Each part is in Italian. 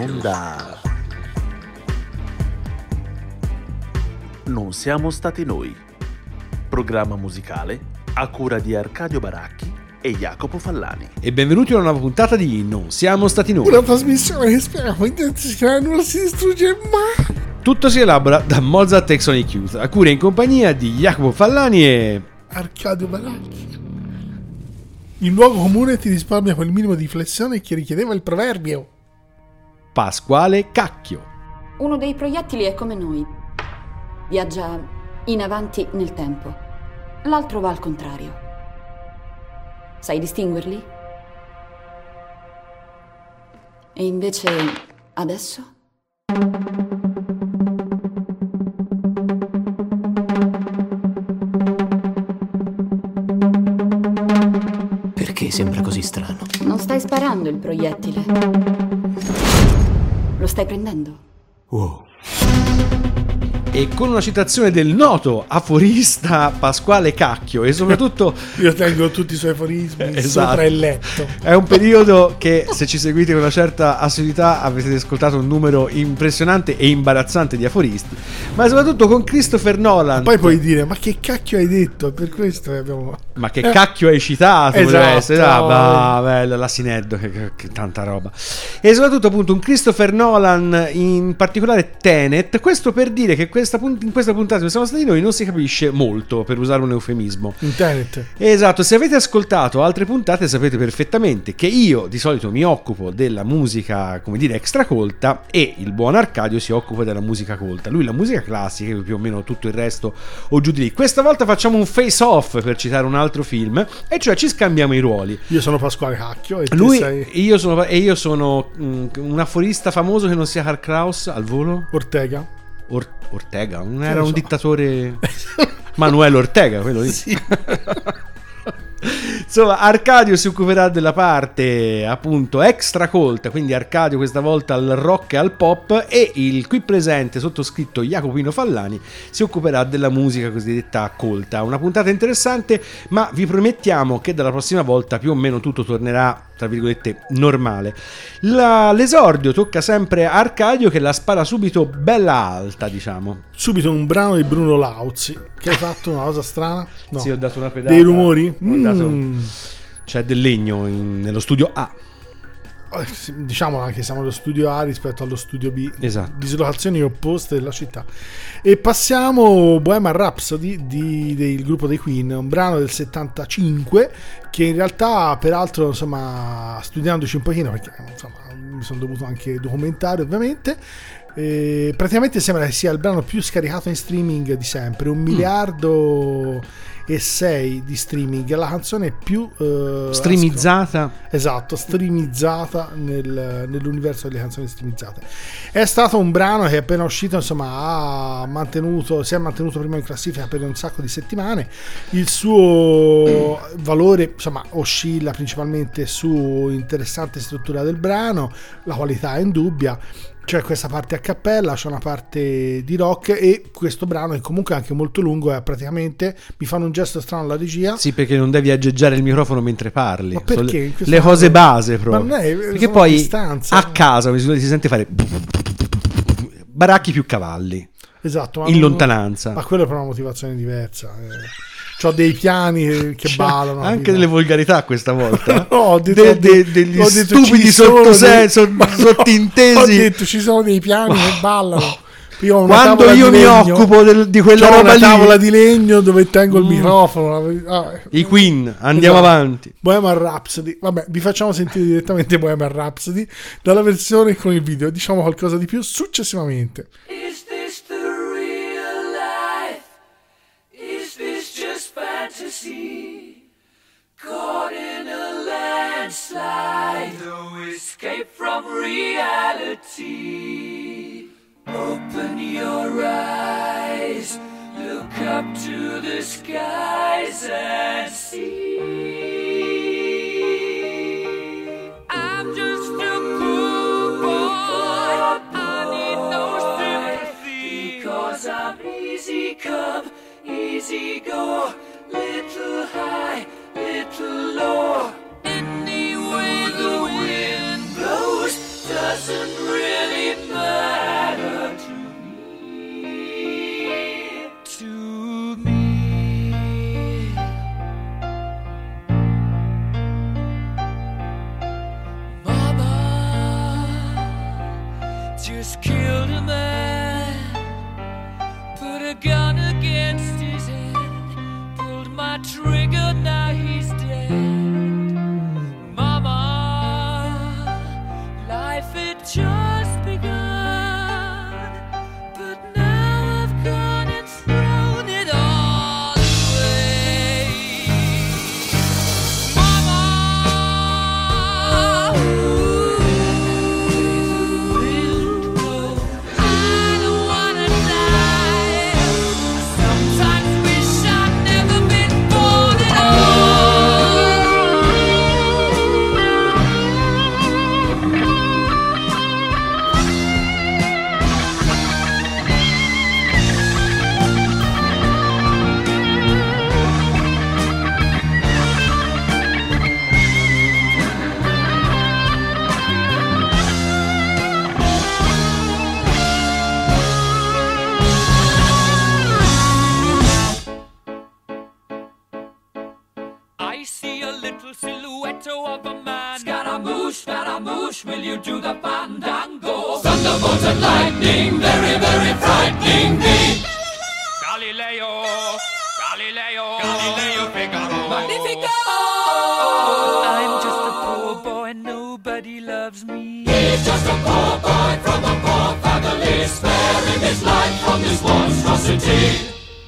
onda Non siamo stati noi, programma musicale a cura di Arcadio Baracchi e Jacopo Fallani. E benvenuti a una nuova puntata di Non siamo stati noi, una trasmissione che speriamo non si distrugge mai. Tutto si elabora da Mozart e Sonic Youth, a cura in compagnia di Jacopo Fallani e Arcadio Baracchi. Il luogo comune ti risparmia quel minimo di flessione che richiedeva il proverbio. Pasquale Cacchio. Uno dei proiettili è come noi. Viaggia in avanti nel tempo. L'altro va al contrario. Sai distinguerli? E invece adesso? Perché sembra così strano? Non stai sparando il proiettile. Lo stai prendendo? Wow. E con una citazione del noto aforista Pasquale Cacchio e soprattutto io tengo tutti i suoi aforismi sopra il letto. È un periodo che, se ci seguite con una certa assiduità, avete ascoltato un numero impressionante e imbarazzante di aforisti, ma soprattutto con Christopher Nolan. E poi puoi dire: ma che cacchio hai detto? Per questo abbiamo... Ma che cacchio hai citato? Esatto. Bello, l'assineddo, che tanta roba. E soprattutto appunto un Christopher Nolan, in particolare Tenet. Questo per dire che in questa puntata che siamo stati noi non si capisce molto, per usare un eufemismo. In Tenet. Esatto, se avete ascoltato altre puntate sapete perfettamente che io di solito mi occupo della musica, come dire, extracolta, e il buon Arcadio si occupa della musica colta. Lui la musica classica, più o meno tutto il resto o giù di lì. Questa volta facciamo un face off, per citare un altro film, e cioè ci scambiamo i ruoli. Io sono Pasquale Cacchio e lui sei... io sono un aforista famoso che non sia Karl Kraus al volo. Ortega. Ortega, non era un dittatore. Manuel Ortega, quello lì. Sì. Insomma, Arcadio si occuperà della parte appunto extra colta, quindi Arcadio questa volta al rock e al pop, e il qui presente sottoscritto Jacopino Fallani si occuperà della musica cosiddetta colta. Una puntata interessante, ma vi promettiamo che dalla prossima volta più o meno tutto tornerà, tra virgolette, normale. L'esordio tocca sempre a Arcadio, che la spara subito bella alta, diciamo. Subito un brano di Bruno Lauzi. Che hai fatto una cosa strana? No. Sì, ho dato una pedata. Dei rumori? C'è del legno nello studio A. Diciamo anche siamo allo studio A rispetto allo studio B. Esatto. Dislocazioni opposte della città. E passiamo Bohemian Rhapsody del gruppo dei Queen, un brano del 75 che in realtà, peraltro, insomma, studiandoci un pochino, perché insomma mi sono dovuto anche documentare ovviamente, praticamente sembra che sia il brano più scaricato in streaming di sempre, 1 miliardo e 6 di streaming, la canzone più streamizzata. Esatto, streamizzata nell'universo delle canzoni streamizzate. È stato un brano che appena uscito, insomma, si è mantenuto prima in classifica per un sacco di settimane. Il suo valore, insomma, oscilla principalmente su interessante struttura del brano, la qualità è indubbia. C'è questa parte a cappella, c'è una parte di rock, e questo brano è comunque anche molto lungo, praticamente mi fanno un gesto strano alla regia. Sì, perché non devi aggeggiare il microfono mentre parli. Ma perché? Le cose base proprio. Ma non è, perché poi distanza. A casa si sente fare Baracchi più cavalli. Esatto, in lontananza. Ma quello è per una motivazione diversa. C'ho dei piani che ballano. Anche delle volgarità questa volta. No, ho detto, degli ho detto stupidi sottintesi. Ho detto ci sono dei piani che ballano. Quando io mi occupo di quella roba una lì, tavola di legno dove tengo il microfono. I Queen, andiamo avanti. Bohemian Rhapsody. Vabbè, vi facciamo sentire direttamente Bohemian Rhapsody dalla versione con il video. Diciamo qualcosa di più successivamente. Is this the real life? Is this just fantasy? Caught in a landslide, no escape from reality. Open your eyes, look up to the skies and see. I'm just a poor boy, I need no sympathy, because I'm easy come, easy go, little high, little low. Any way the wind blows, does doesn't really matter to me. Mama just killed a man, put a gun against his head, pulled my trigger, now he's dead. Mama, life had just begun, but now I've gone and thrown it all away. Mama, I don't wanna die. Sometimes wish I'd never been born at I see a little silhouette of a man. Scaramouche, will you do the fandango? Thunderbolt and lightning, very, very frightening me. Galileo, Figaro. Magnifico! I'm just a poor boy, nobody loves me. He's just a poor boy from a poor family, sparing his life from this monstrosity.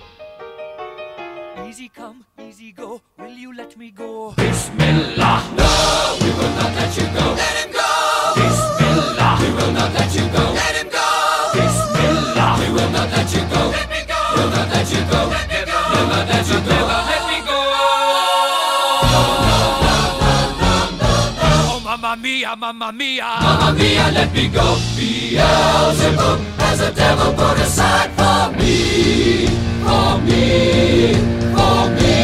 Easy come, easy go, will you let me go? Bismillah, no, we will not let you go. Let him go! Bismillah, we will not let you go. Let him go! Bismillah, we will not let you go. Let me go! We'll not let you go. Let me go! We'll not let you go. Let me go! Oh, mamma mia, mamma mia. Mamma mia, let me go. Beelzebub has a devil put aside for me. For me, for me.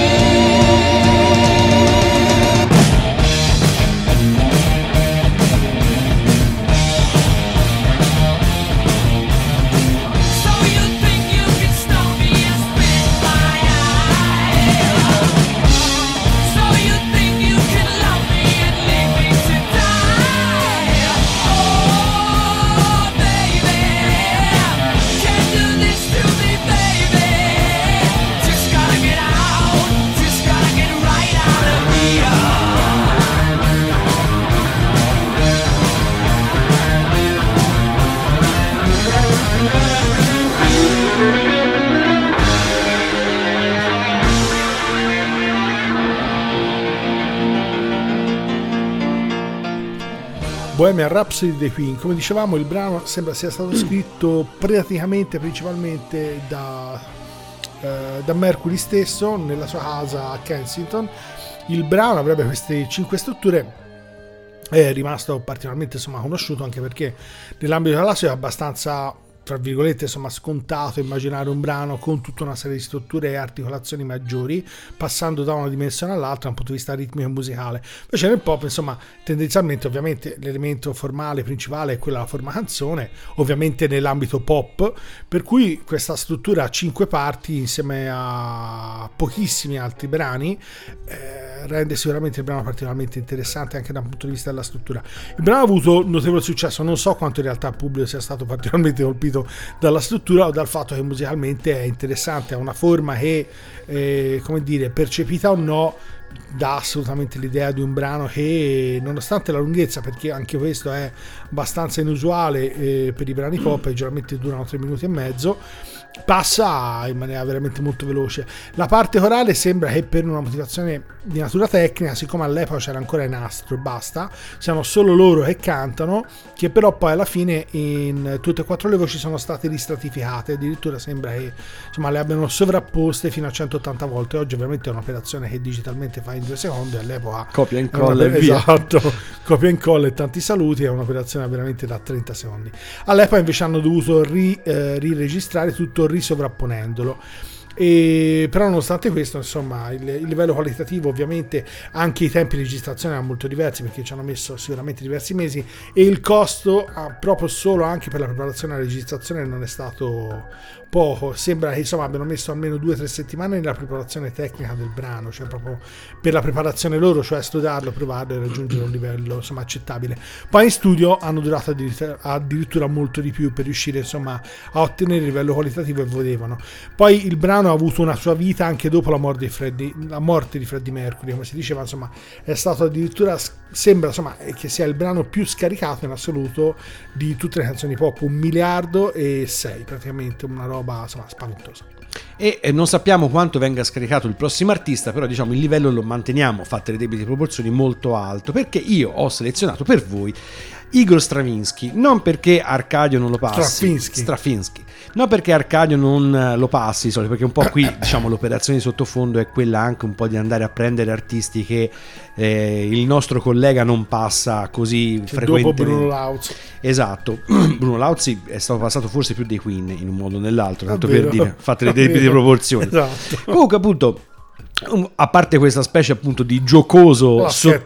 So you think you can stop me and spit my eye? So you think you can love me and leave me to die? Oh, baby, can't do this to me, baby. Just gotta get out, just gotta get right out of here. Bohemian Rhapsody dei Queen. Come dicevamo, il brano sembra sia stato scritto principalmente da Mercury stesso nella sua casa a Kensington. Il brano avrebbe queste 5 strutture, è rimasto particolarmente conosciuto anche perché nell'ambito della classica è abbastanza, tra virgolette, scontato immaginare un brano con tutta una serie di strutture e articolazioni maggiori, passando da una dimensione all'altra da un punto di vista ritmico e musicale. Invece nel pop, tendenzialmente, ovviamente l'elemento formale principale è quella della forma canzone, ovviamente nell'ambito pop, per cui questa struttura a 5 parti insieme a pochissimi altri brani rende sicuramente il brano particolarmente interessante anche da un punto di vista della struttura. Il brano ha avuto notevole successo, non so quanto in realtà il pubblico sia stato particolarmente colpito dalla struttura o dal fatto che musicalmente è interessante, ha una forma che percepita o no dà assolutamente l'idea di un brano che, nonostante la lunghezza, perché anche questo è abbastanza inusuale per i brani pop, che generalmente durano 3 minuti e mezzo, passa in maniera veramente molto veloce. La parte corale sembra che per una motivazione di natura tecnica, siccome all'epoca c'era ancora il nastro e basta, siano solo loro che cantano, che però poi alla fine in tutte e 4 le voci sono state ristratificate, addirittura sembra che le abbiano sovrapposte fino a 180 volte. Oggi ovviamente è un'operazione che digitalmente fa in 2 secondi, all'epoca copia e incolla e via. Esatto, copia e incolla e tanti saluti, è un'operazione veramente da 30 secondi. All'epoca invece hanno dovuto riregistrare tutto risovrapponendolo. Però nonostante questo, insomma, il livello qualitativo, ovviamente anche i tempi di registrazione erano molto diversi, perché ci hanno messo sicuramente diversi mesi, e il costo proprio solo anche per la preparazione e la registrazione non è stato poco. Sembra che insomma abbiano messo almeno 2 o 3 settimane nella preparazione tecnica del brano, cioè proprio per la preparazione loro, cioè studiarlo, provarlo e raggiungere un livello insomma accettabile. Poi in studio hanno durato addirittura molto di più per riuscire insomma a ottenere il livello qualitativo che volevano. Poi il brano ha avuto una sua vita anche dopo la morte di Freddie Mercury, come si diceva, insomma è stato addirittura, sembra insomma che sia il brano più scaricato in assoluto di tutte le canzoni pop, 1,6 miliardi, praticamente una roba insomma spaventosa. E non sappiamo quanto venga scaricato il prossimo artista, però diciamo il livello lo manteniamo, fatte le debite proporzioni, molto alto, perché io ho selezionato per voi Igor Stravinsky, non perché Arcadio non lo passi, Stravinsky, non perché Arcadio non lo passi, perché un po' qui diciamo l'operazione di sottofondo è quella anche un po' di andare a prendere artisti che il nostro collega non passa così frequentemente. Dopo Bruno Lauzi. Esatto, Bruno Lauzi è stato passato forse più dei Queen in un modo o nell'altro, tanto per dire, fatte le debite proporzioni. Esatto. Comunque appunto, a parte questa specie appunto di giocoso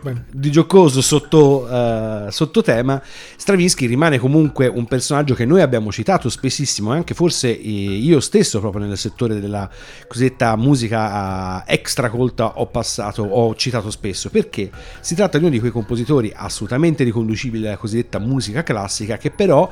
sottotema, Stravinsky rimane comunque un personaggio che noi abbiamo citato spessissimo, anche forse io stesso proprio nel settore della cosiddetta musica extracolta ho citato spesso, perché si tratta di uno di quei compositori assolutamente riconducibili alla cosiddetta musica classica, che però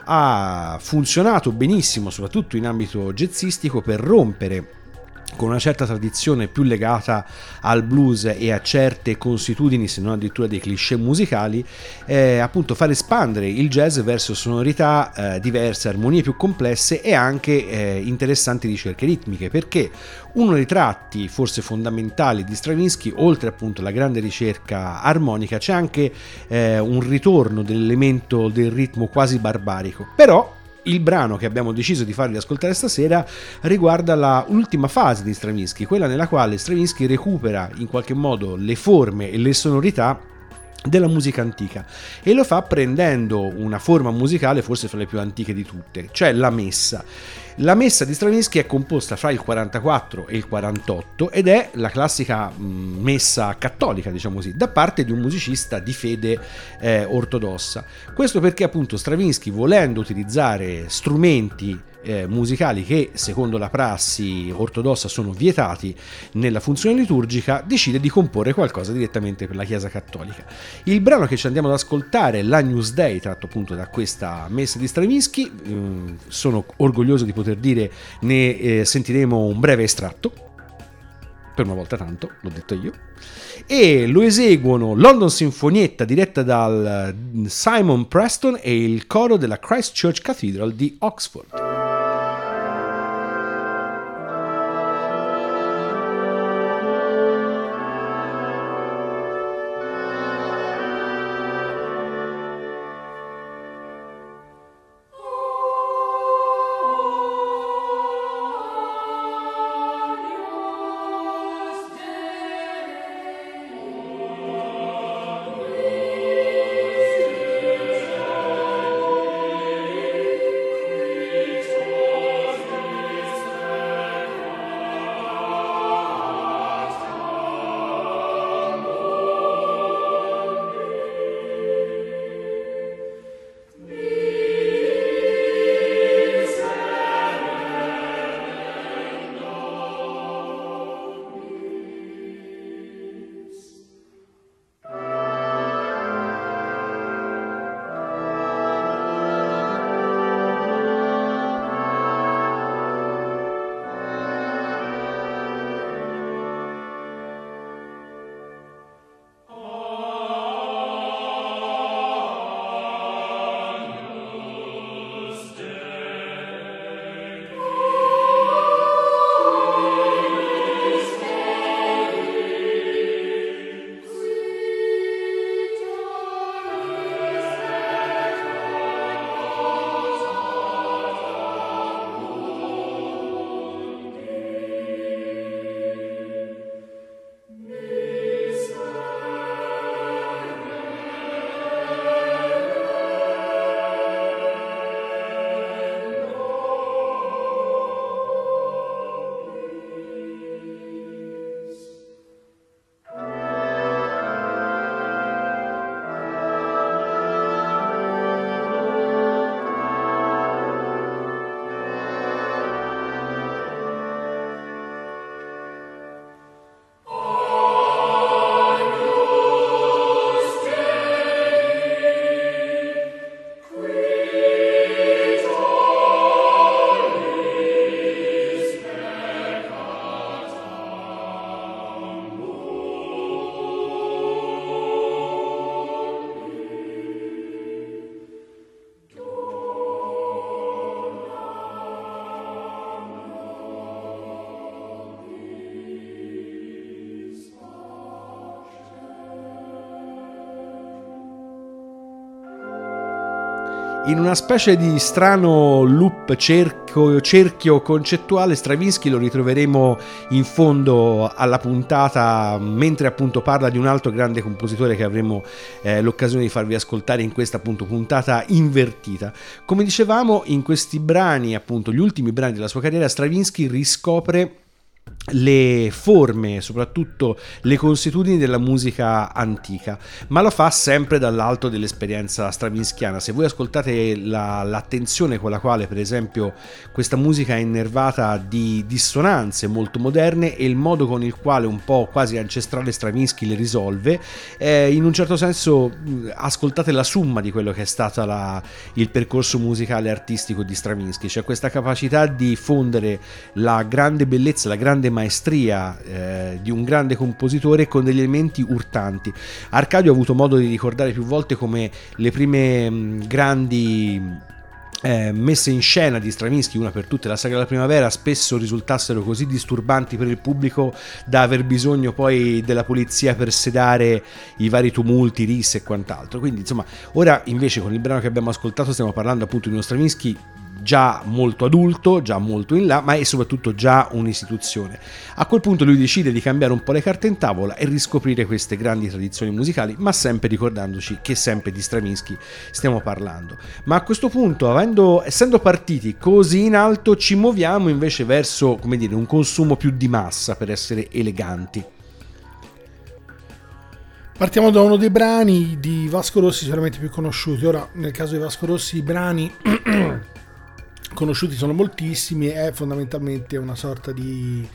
ha funzionato benissimo soprattutto in ambito jazzistico per rompere con una certa tradizione più legata al blues e a certe consuetudini, se non addirittura dei cliché musicali, appunto far espandere il jazz verso sonorità diverse, armonie più complesse e anche interessanti ricerche ritmiche, perché uno dei tratti forse fondamentali di Stravinsky, oltre appunto alla grande ricerca armonica, c'è anche un ritorno dell'elemento del ritmo quasi barbarico. Però il brano che abbiamo deciso di farvi ascoltare stasera riguarda la ultima fase di Stravinsky, quella nella quale Stravinsky recupera in qualche modo le forme e le sonorità della musica antica, e lo fa prendendo una forma musicale forse fra le più antiche di tutte, cioè la messa. La messa di Stravinsky è composta fra il 44 e il 48 ed è la classica messa cattolica, diciamo così, da parte di un musicista di fede ortodossa. Questo perché appunto Stravinsky, volendo utilizzare strumenti musicali che secondo la prassi ortodossa sono vietati nella funzione liturgica, decide di comporre qualcosa direttamente per la Chiesa cattolica. Il brano che ci andiamo ad ascoltare è l'Agnus Dei, tratto appunto da questa messa di Stravinsky. Sono orgoglioso di poter dire ne sentiremo un breve estratto, per una volta tanto, l'ho detto io, e lo eseguono London Sinfonietta diretta dal Simon Preston e il coro della Christ Church Cathedral di Oxford. Christ In una specie di strano loop cerchio concettuale, Stravinsky lo ritroveremo in fondo alla puntata, mentre appunto parla di un altro grande compositore che avremo l'occasione di farvi ascoltare in questa appunto puntata invertita. Come dicevamo, in questi brani, appunto gli ultimi brani della sua carriera, Stravinsky riscopre le forme, soprattutto le consuetudini della musica antica, ma lo fa sempre dall'alto dell'esperienza stravinskiana. Se voi ascoltate l'attenzione con la quale per esempio questa musica è innervata di dissonanze molto moderne e il modo con il quale un po' quasi ancestrale Stravinsky le risolve, in un certo senso ascoltate la summa di quello che è stato il percorso musicale e artistico di Stravinsky. C'è questa capacità di fondere la grande bellezza, la grande maestria di un grande compositore con degli elementi urtanti. Arcadio ha avuto modo di ricordare più volte come le prime grandi messe in scena di Stravinsky, una per tutte la Sagra della Primavera, spesso risultassero così disturbanti per il pubblico da aver bisogno poi della polizia per sedare i vari tumulti, risse e quant'altro. Quindi insomma, ora invece con il brano che abbiamo ascoltato stiamo parlando appunto di uno Stravinsky già molto adulto, già molto in là, ma è soprattutto già un'istituzione. A quel punto lui decide di cambiare un po' le carte in tavola e riscoprire queste grandi tradizioni musicali, ma sempre ricordandoci che sempre di Stravinsky stiamo parlando. Ma a questo punto, essendo partiti così in alto, ci muoviamo invece verso, come dire, un consumo più di massa per essere eleganti. Partiamo da uno dei brani di Vasco Rossi sicuramente più conosciuti. Ora, nel caso di Vasco Rossi, i brani conosciuti sono moltissimi, è fondamentalmente una sorta di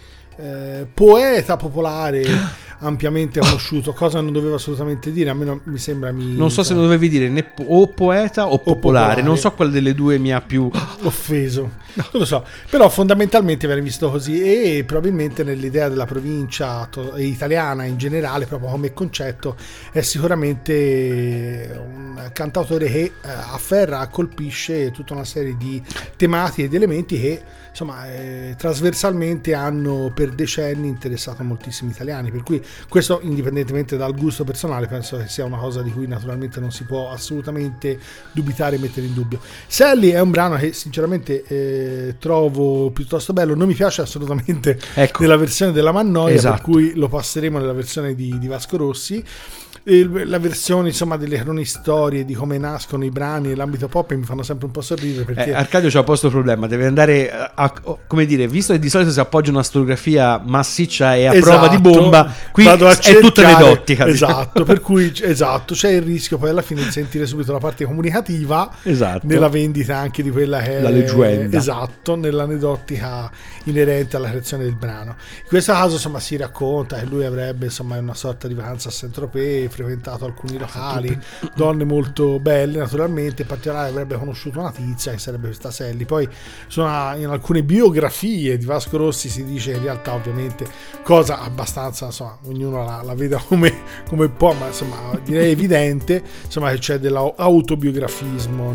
poeta popolare ampiamente conosciuto, cosa non dovevo assolutamente dire, a me mi sembra non so se lo dovevi dire o poeta o popolare, non so quale delle due mi ha più offeso, non lo so, però fondamentalmente viene visto così, e probabilmente nell'idea della provincia italiana in generale, proprio come concetto, è sicuramente un cantautore che afferra, colpisce tutta una serie di tematiche e di elementi che insomma trasversalmente hanno per decenni interessato moltissimi italiani, per cui questo, indipendentemente dal gusto personale, penso che sia una cosa di cui naturalmente non si può assolutamente dubitare e mettere in dubbio. Sally è un brano che sinceramente trovo piuttosto bello, non mi piace assolutamente nella versione della Mannoia, esatto, per cui lo passeremo nella versione di Vasco Rossi. La versione insomma delle cronistorie di come nascono i brani e l'ambito pop mi fanno sempre un po' sorridere, perché Arcadio ci ha posto il problema, deve andare come dire, visto che di solito si appoggia una storiografia massiccia e a prova di bomba, qui è tutto aneddotica, esatto, per cui esatto, c'è il rischio poi alla fine di sentire subito la parte comunicativa, esatto, nella vendita anche di quella che è la leggenda, esatto, nell'aneddotica inerente alla creazione del brano. In questo caso insomma si racconta che lui avrebbe insomma una sorta di vacanza a Saint-Tropez, frequentato alcuni locali, donne molto belle naturalmente, in particolare avrebbe conosciuto una tizia che sarebbe questa Sally. Poi in alcune biografie di Vasco Rossi si dice in realtà, ovviamente, cosa abbastanza insomma ognuno la veda come può, ma insomma direi evidente, insomma, che c'è dell'autobiografismo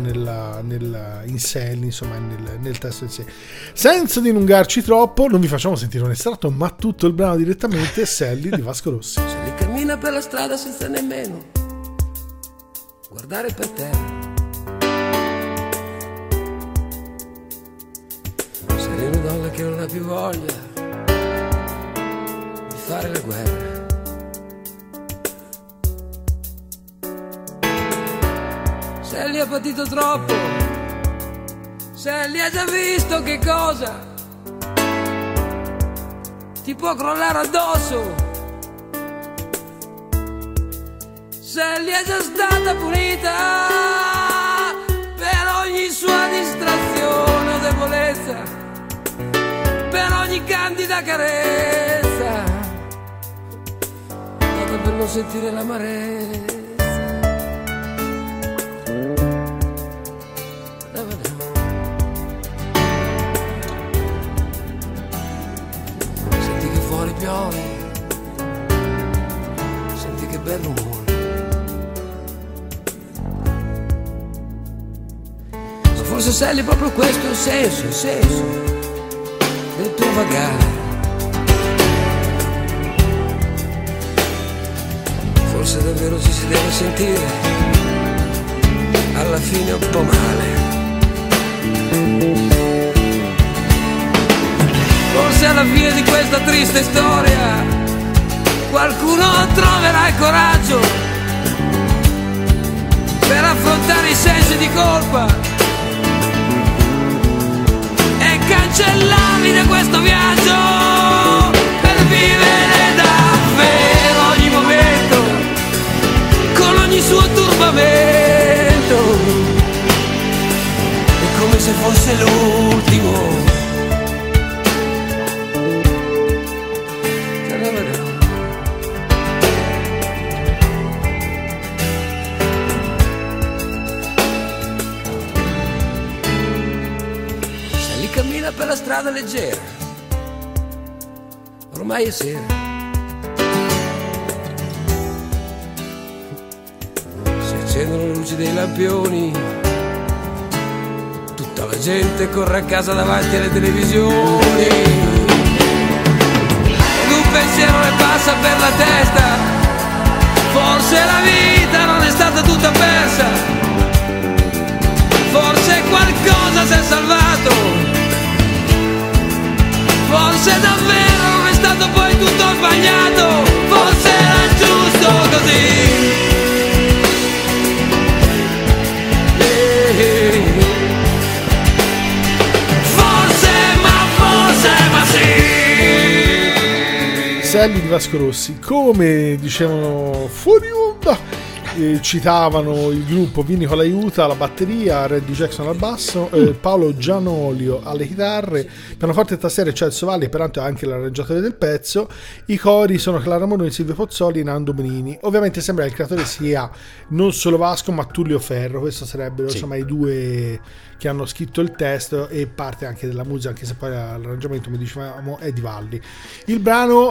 in Sally, insomma nel testo in sé. Senza dilungarci troppo, non vi facciamo sentire un estratto ma tutto il brano direttamente, Sally di Vasco Rossi. Sally cammina per la strada senza nemmeno guardare per terra. Sei una donna che non ha più voglia di fare la guerra. Sally ha patito troppo, Sally ha già visto che cosa ti può crollare addosso. Sally è già stata punita per ogni sua distrazione o debolezza, per ogni candida carezza, data per non sentire l'amarezza. Senti che fuori piove, senti che bel rumore. Forse Sally è proprio questo il senso del tuo vagare. Forse davvero ci si deve sentire alla fine un po' male. Forse alla fine di questa triste storia qualcuno troverà il coraggio per affrontare i sensi di colpa e cancellarli da questo viaggio, per vivere davvero ogni momento con ogni suo turbamento, è come se fosse l'ultimo. Cammina per la strada leggera, ormai è sera. Si accendono le luci dei lampioni, tutta la gente corre a casa davanti alle televisioni. Ed un pensiero le passa per la testa, forse la vita non è stata tutta persa, forse qualcosa si è salvato, forse davvero non è stato poi tutto sbagliato, forse era giusto così. Forse, ma sì. Sally di Vasco Rossi, come dicevano fuori onda, citavano il gruppo Vinny con l'aiuta alla batteria, Randy Jackson al basso, Paolo Gianolio alle chitarre, pianoforte e tastiere Celso Valli, peraltro anche l'arrangiatore del pezzo. I cori sono Clara Moroni, Silvio Pozzoli e Nando Bonini. Ovviamente sembra che il creatore sia non solo Vasco ma Tullio Ferro, questo sarebbero insomma i due che hanno scritto il testo e parte anche della musica, anche se poi l'arrangiamento, come dicevamo, è di Valli. Il brano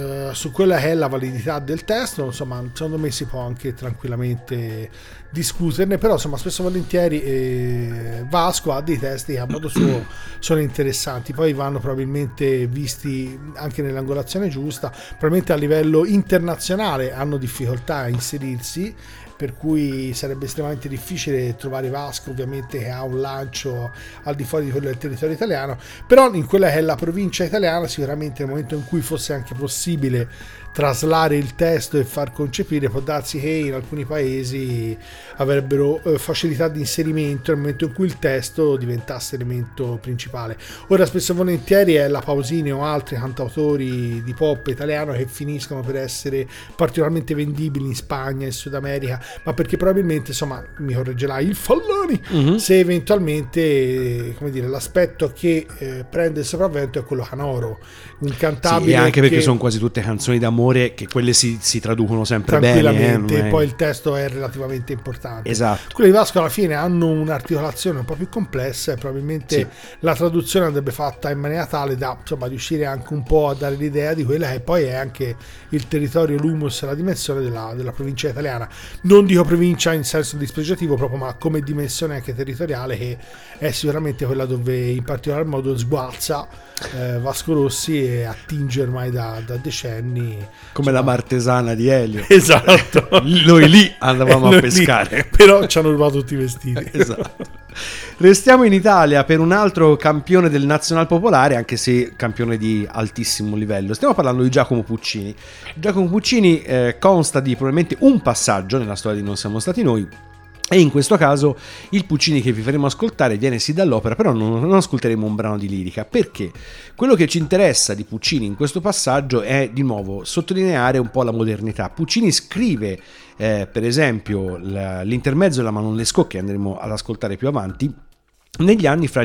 su quella che è la validità del testo, insomma, secondo me si può anche tranquillamente discuterne, però insomma spesso e volentieri Vasco ha dei testi che a modo suo sono interessanti, poi vanno probabilmente visti anche nell'angolazione giusta, probabilmente a livello internazionale hanno difficoltà a inserirsi, per cui sarebbe estremamente difficile trovare Vasco ovviamente che ha un lancio al di fuori di quello del territorio italiano, però in quella che è la provincia italiana sicuramente nel momento in cui fosse anche possibile traslare il testo e far concepire, può darsi che in alcuni paesi avrebbero facilità di inserimento nel momento in cui il testo diventasse elemento principale. Ora spesso e volentieri è la Pausini o altri cantautori di pop italiano che finiscono per essere particolarmente vendibili in Spagna e Sud America, ma perché probabilmente, insomma, mi correggerà il Fallani, se eventualmente, come dire, l'aspetto che prende il sopravvento è quello canoro, un cantabile, sì, anche perché che sono quasi tutte canzoni d'amore che quelle si traducono sempre tranquillamente, bene, e poi il testo è relativamente importante. Esatto. Quelli di Vasco alla fine hanno un'articolazione un po' più complessa e probabilmente la traduzione andrebbe fatta in maniera tale da, insomma, riuscire anche un po' a dare l'idea di quella che poi è anche il territorio, l'humus e la dimensione della provincia italiana. Non dico provincia in senso dispregiativo proprio, ma come dimensione anche territoriale, che è sicuramente quella dove in particolar modo sguazza Vasco Rossi e attinge ormai da decenni, come la Martesana di Elio. Esatto. Noi lì andavamo a pescare, però ci hanno rubato tutti i vestiti. Esatto. Restiamo in Italia per un altro campione del Nazional Popolare, anche se campione di altissimo livello. Stiamo parlando di Giacomo Puccini. Giacomo Puccini consta di probabilmente un passaggio nella storia di Non siamo stati noi, e in questo caso il Puccini che vi faremo ascoltare viene sì dall'opera, però non ascolteremo un brano di lirica, perché quello che ci interessa di Puccini in questo passaggio è di nuovo sottolineare un po' la modernità. Puccini scrive per esempio l'intermezzo della Manon Lescaut, che andremo ad ascoltare più avanti, negli anni fra il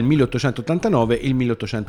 1889 e il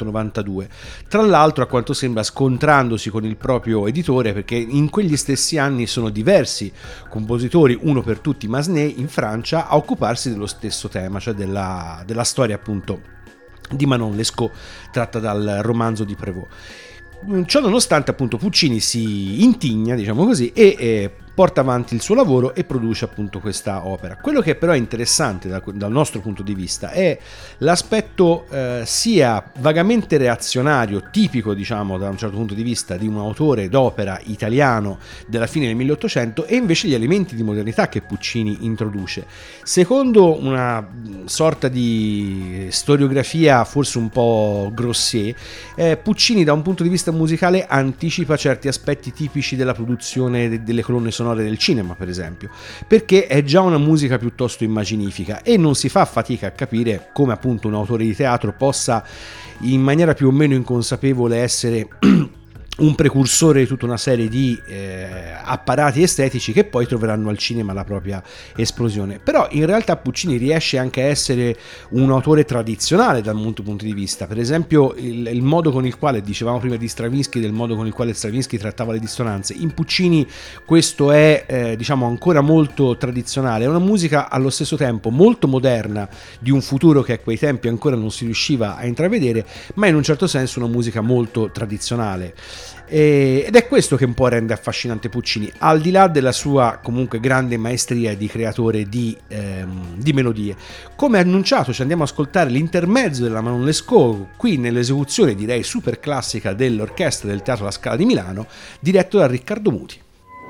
1892, tra l'altro a quanto sembra scontrandosi con il proprio editore, perché in quegli stessi anni sono diversi compositori, uno per tutti Massenet in Francia, a occuparsi dello stesso tema, cioè della storia appunto di Manon Lescaut tratta dal romanzo di Prévost. Ciò nonostante appunto Puccini si intigna, diciamo così, e porta avanti il suo lavoro e produce appunto questa opera. Quello che però è interessante dal nostro punto di vista è l'aspetto sia vagamente reazionario, tipico diciamo da un certo punto di vista di un autore d'opera italiano della fine del 1800, e invece gli elementi di modernità che Puccini introduce. Secondo una sorta di storiografia forse un po' grossier, Puccini da un punto di vista musicale anticipa certi aspetti tipici della produzione delle colonne sonore del cinema, per esempio, perché è già una musica piuttosto immaginifica e non si fa fatica a capire come appunto un autore di teatro possa in maniera più o meno inconsapevole essere un precursore di tutta una serie di apparati estetici che poi troveranno al cinema la propria esplosione. Però in realtà Puccini riesce anche a essere un autore tradizionale dal molto punto di vista. Per esempio il modo con il quale, dicevamo prima di Stravinsky, del modo con il quale Stravinsky trattava le dissonanze, in Puccini questo è diciamo ancora molto tradizionale. È una musica allo stesso tempo molto moderna, di un futuro che a quei tempi ancora non si riusciva a intravedere, ma in un certo senso una musica molto tradizionale. Ed è questo che un po' rende affascinante Puccini, al di là della sua comunque grande maestria di creatore di melodie. Come annunciato ci andiamo ad ascoltare l'intermezzo della Manon Lescaut, qui nell'esecuzione direi super classica dell'orchestra del Teatro La Scala di Milano, diretto da Riccardo Muti.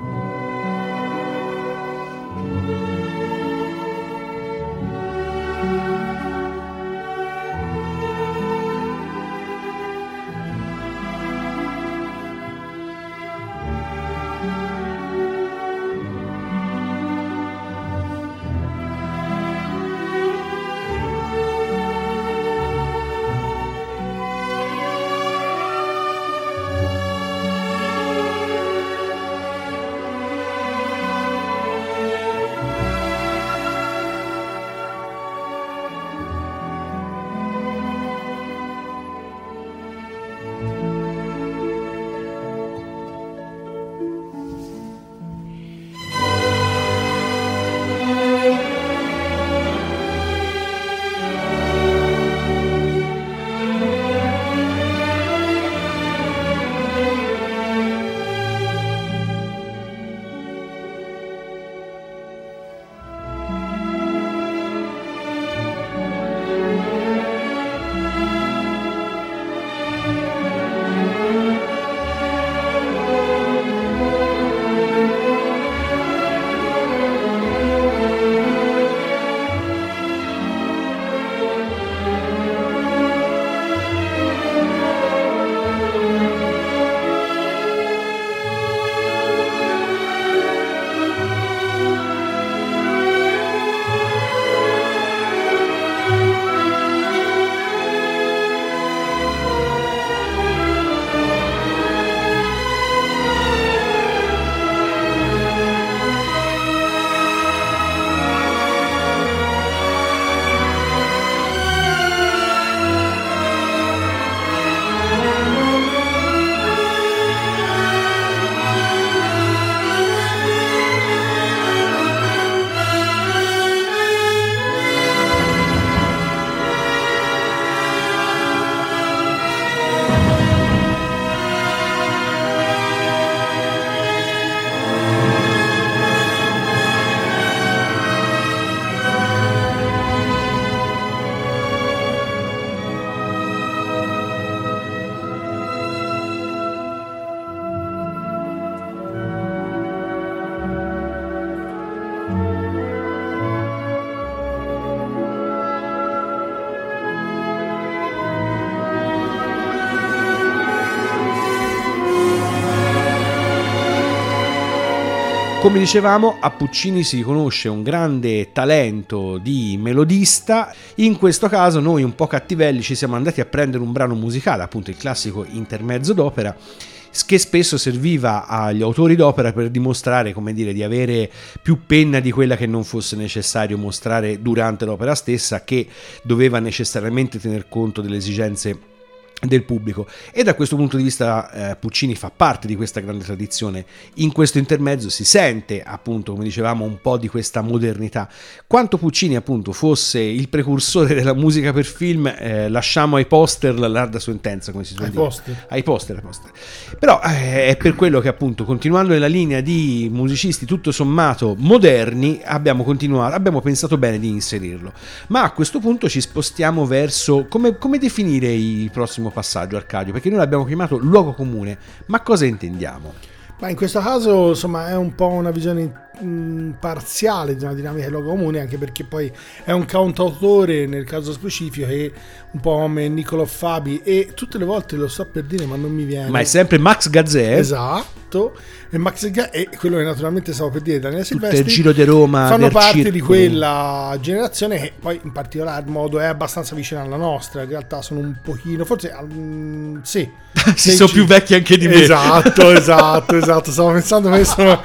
Come dicevamo, a Puccini si riconosce un grande talento di melodista. In questo caso noi un po' cattivelli ci siamo andati a prendere un brano musicale, appunto il classico intermezzo d'opera, che spesso serviva agli autori d'opera per dimostrare, come dire, di avere più penna di quella che non fosse necessario mostrare durante l'opera stessa, che doveva necessariamente tener conto delle esigenze del pubblico, e da questo punto di vista Puccini fa parte di questa grande tradizione. In questo intermezzo si sente, appunto, come dicevamo, un po' di questa modernità. Quanto Puccini appunto fosse il precursore della musica per film, lasciamo ai poster la larga sentenza, come si suol dire. Ai poster. Però è per quello che appunto, continuando nella linea di musicisti tutto sommato moderni, abbiamo pensato bene di inserirlo. Ma a questo punto ci spostiamo verso come definire il prossimo passaggio, Arcadio, perché noi l'abbiamo chiamato luogo comune, ma cosa intendiamo? Ma in questo caso, insomma, è un po' una visione parziale di una dinamica di luogo comune, anche perché poi è un cantautore nel caso specifico, che un po' come Niccolò Fabi, e tutte le volte lo sto per dire ma non mi viene, ma è sempre Max Gazzè, esatto, e Max Gazzè, e quello che naturalmente stavo per dire Daniele Silvestri, il Giro di Roma fanno parte circolo di quella generazione che poi in particolar modo è abbastanza vicina alla nostra. In realtà sono un pochino, forse sì, si sono più vecchi anche di me. Esatto, stavo pensando che sono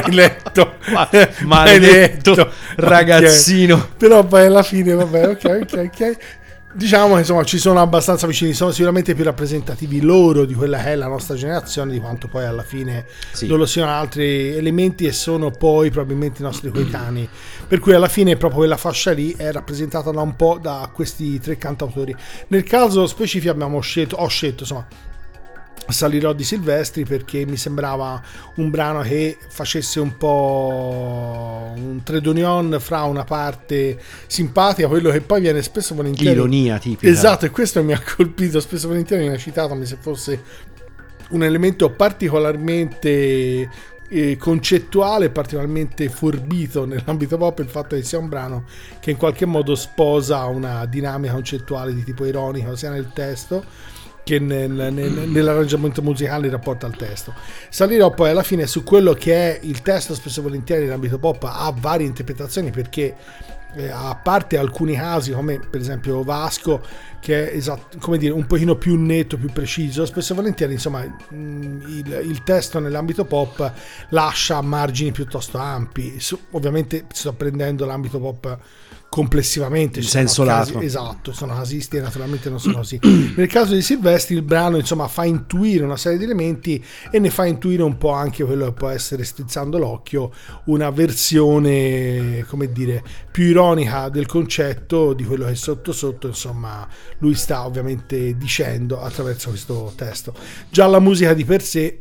maledetto ragazzino, okay. Però poi alla fine vabbè, ok. Diciamo che insomma ci sono abbastanza vicini, sono sicuramente più rappresentativi loro di quella che è la nostra generazione, di quanto poi alla fine loro siano altri elementi e sono poi probabilmente i nostri coetanei, per cui alla fine proprio quella fascia lì è rappresentata da un po' da questi tre cantautori. Nel caso specifico ho scelto insomma Salirò di Silvestri, perché mi sembrava un brano che facesse un po' un trade union fra una parte simpatica, quello che poi viene spesso volentieri l'ironia tipica, esatto, e questo mi ha colpito, spesso volentieri viene citato come se fosse un elemento particolarmente concettuale, particolarmente forbito nell'ambito pop, il fatto che sia un brano che in qualche modo sposa una dinamica concettuale di tipo ironico sia nel testo che nell'arrangiamento musicale in rapporto al testo. Salirò poi alla fine su quello che è il testo, spesso e volentieri nell'ambito pop ha varie interpretazioni, perché a parte alcuni casi come per esempio Vasco, che è come dire un pochino più netto, più preciso, spesso e volentieri insomma il testo nell'ambito pop lascia margini piuttosto ampi. Ovviamente sto prendendo l'ambito pop complessivamente, in senso lato, esatto, sono casisti e naturalmente non sono così. Nel caso di Silvestri il brano insomma fa intuire una serie di elementi e ne fa intuire un po' anche quello che può essere, strizzando l'occhio, una versione come dire più ironica del concetto di quello che sotto insomma lui sta ovviamente dicendo attraverso questo testo. Già la musica di per sé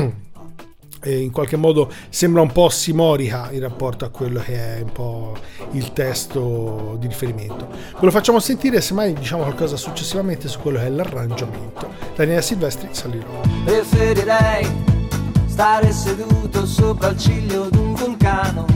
in qualche modo sembra un po' ossimorica in rapporto a quello che è un po' il testo di riferimento. Ve lo facciamo sentire, semmai diciamo qualcosa successivamente su quello che è l'arrangiamento. Daniele Silvestri, Salirò. Preferirei stare seduto sopra il ciglio d'un vulcano,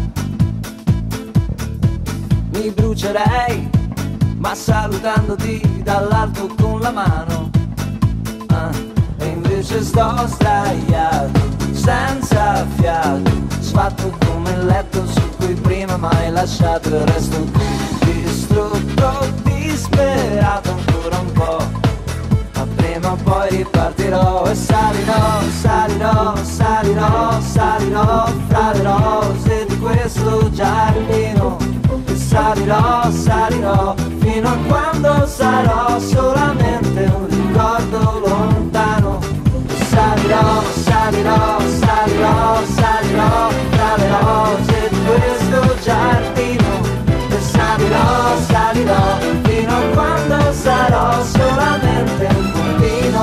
mi brucerei ma salutandoti dall'alto con la mano, e invece sto sdraiato senza fiato, sfatto come il letto su cui prima m'hai lasciato, e resto qui distrutto, disperato ancora un po', ma prima o poi ripartirò e salirò fra le rose di questo giardino, e salirò fino a quando sarò solamente un ricordo lontano. Salirò tra le rose di questo giardino, e salirò fino a quando sarò solamente un puntino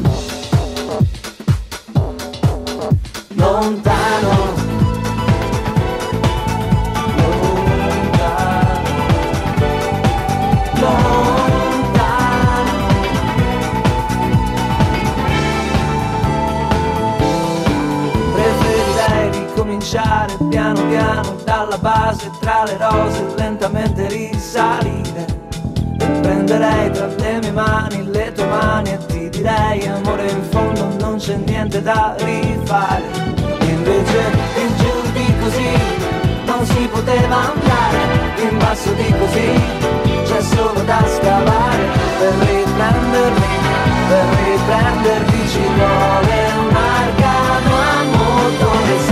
lontano. Cominciare piano piano dalla base tra le rose, lentamente risalire, e prenderei tra le mie mani le tue mani e ti direi amore, in fondo non c'è niente da rifare, e invece in giù di così non si poteva andare, in basso di così c'è solo da scavare, per riprendermi ci vuole un arcano a motore.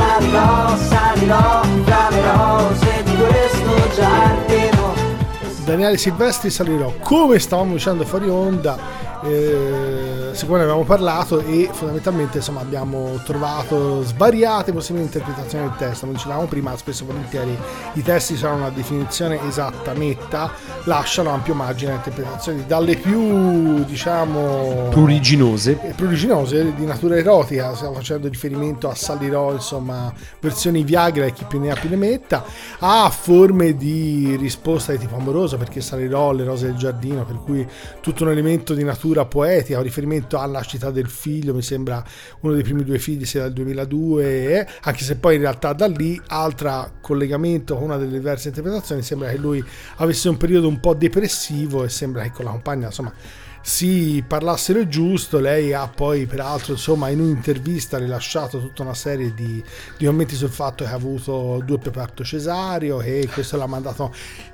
Salirò tra le rose di questo giardino. Daniele Silvestri, salirò, come stavamo dicendo fuori onda, siccome ne avevamo parlato, e fondamentalmente insomma abbiamo trovato svariate possibili interpretazioni del testo. Come dicevamo prima, spesso e volentieri i testi sono una definizione esatta, netta, lasciano ampio margine a interpretazioni, dalle più diciamo pruriginose di natura erotica, stiamo facendo riferimento a Salirò, insomma versioni Viagra e chi più ne ha più ne metta, a forme di risposta di tipo amoroso, perché Salirò, le rose del giardino, per cui tutto un elemento di natura poetica, un riferimento alla città del figlio, mi sembra uno dei primi due figli sia dal 2002, anche se poi in realtà da lì, altro collegamento con una delle diverse interpretazioni, sembra che lui avesse un periodo un po' depressivo e sembra che con la compagna insomma si parlassero il giusto. Lei ha poi peraltro insomma in un'intervista rilasciato tutta una serie di commenti sul fatto che ha avuto doppio parto cesareo, che questo l'ha mandato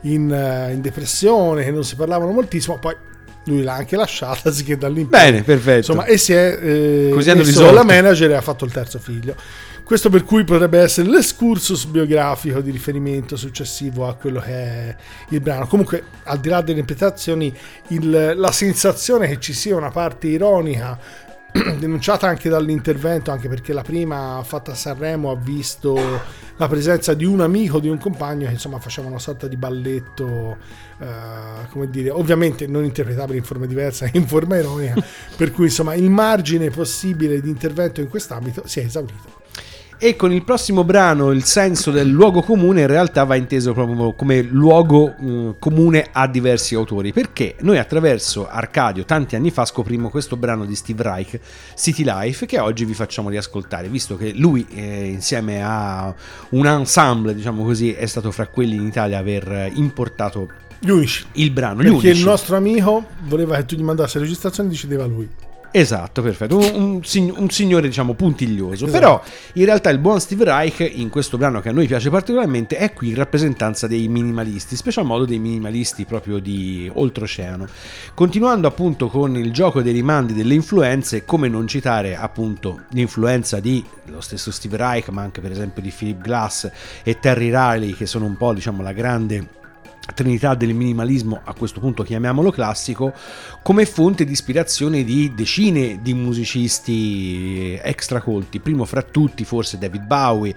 in depressione, che non si parlavano moltissimo, poi lui l'ha anche lasciata, sì, che dall'impegno, bene, perfetto, insomma, e si è così hanno messo risolto la manager e ha fatto il terzo figlio. Questo per cui potrebbe essere l'escursus biografico di riferimento successivo a quello che è il brano. Comunque, al di là delle interpretazioni, la sensazione che ci sia una parte ironica denunciata anche dall'intervento, anche perché la prima fatta a Sanremo ha visto la presenza di un amico, di un compagno che insomma faceva una sorta di balletto, come dire, ovviamente non interpretabile in forma diversa, in forma ironica, per cui insomma il margine possibile di intervento in quest'ambito si è esaurito. E con il prossimo brano il senso del luogo comune in realtà va inteso proprio come luogo comune a diversi autori, perché noi attraverso Arcadio tanti anni fa scoprimmo questo brano di Steve Reich, City Life, che oggi vi facciamo riascoltare, visto che lui insieme a un ensemble, diciamo così, è stato fra quelli in Italia a aver importato Gli unici. il brano, Perché il nostro amico voleva che tu gli mandassi la registrazione e decideva lui. Esatto, perfetto, un signore diciamo puntiglioso, esatto. Però in realtà il buon Steve Reich in questo brano che a noi piace particolarmente è qui in rappresentanza dei minimalisti, special modo dei minimalisti proprio di oltreoceano. Continuando appunto con il gioco dei rimandi delle influenze, come non citare appunto l'influenza di lo stesso Steve Reich, ma anche per esempio di Philip Glass e Terry Riley, che sono un po' diciamo la grande trinità del minimalismo, a questo punto chiamiamolo classico, come fonte di ispirazione di decine di musicisti extracolti, primo fra tutti forse David Bowie,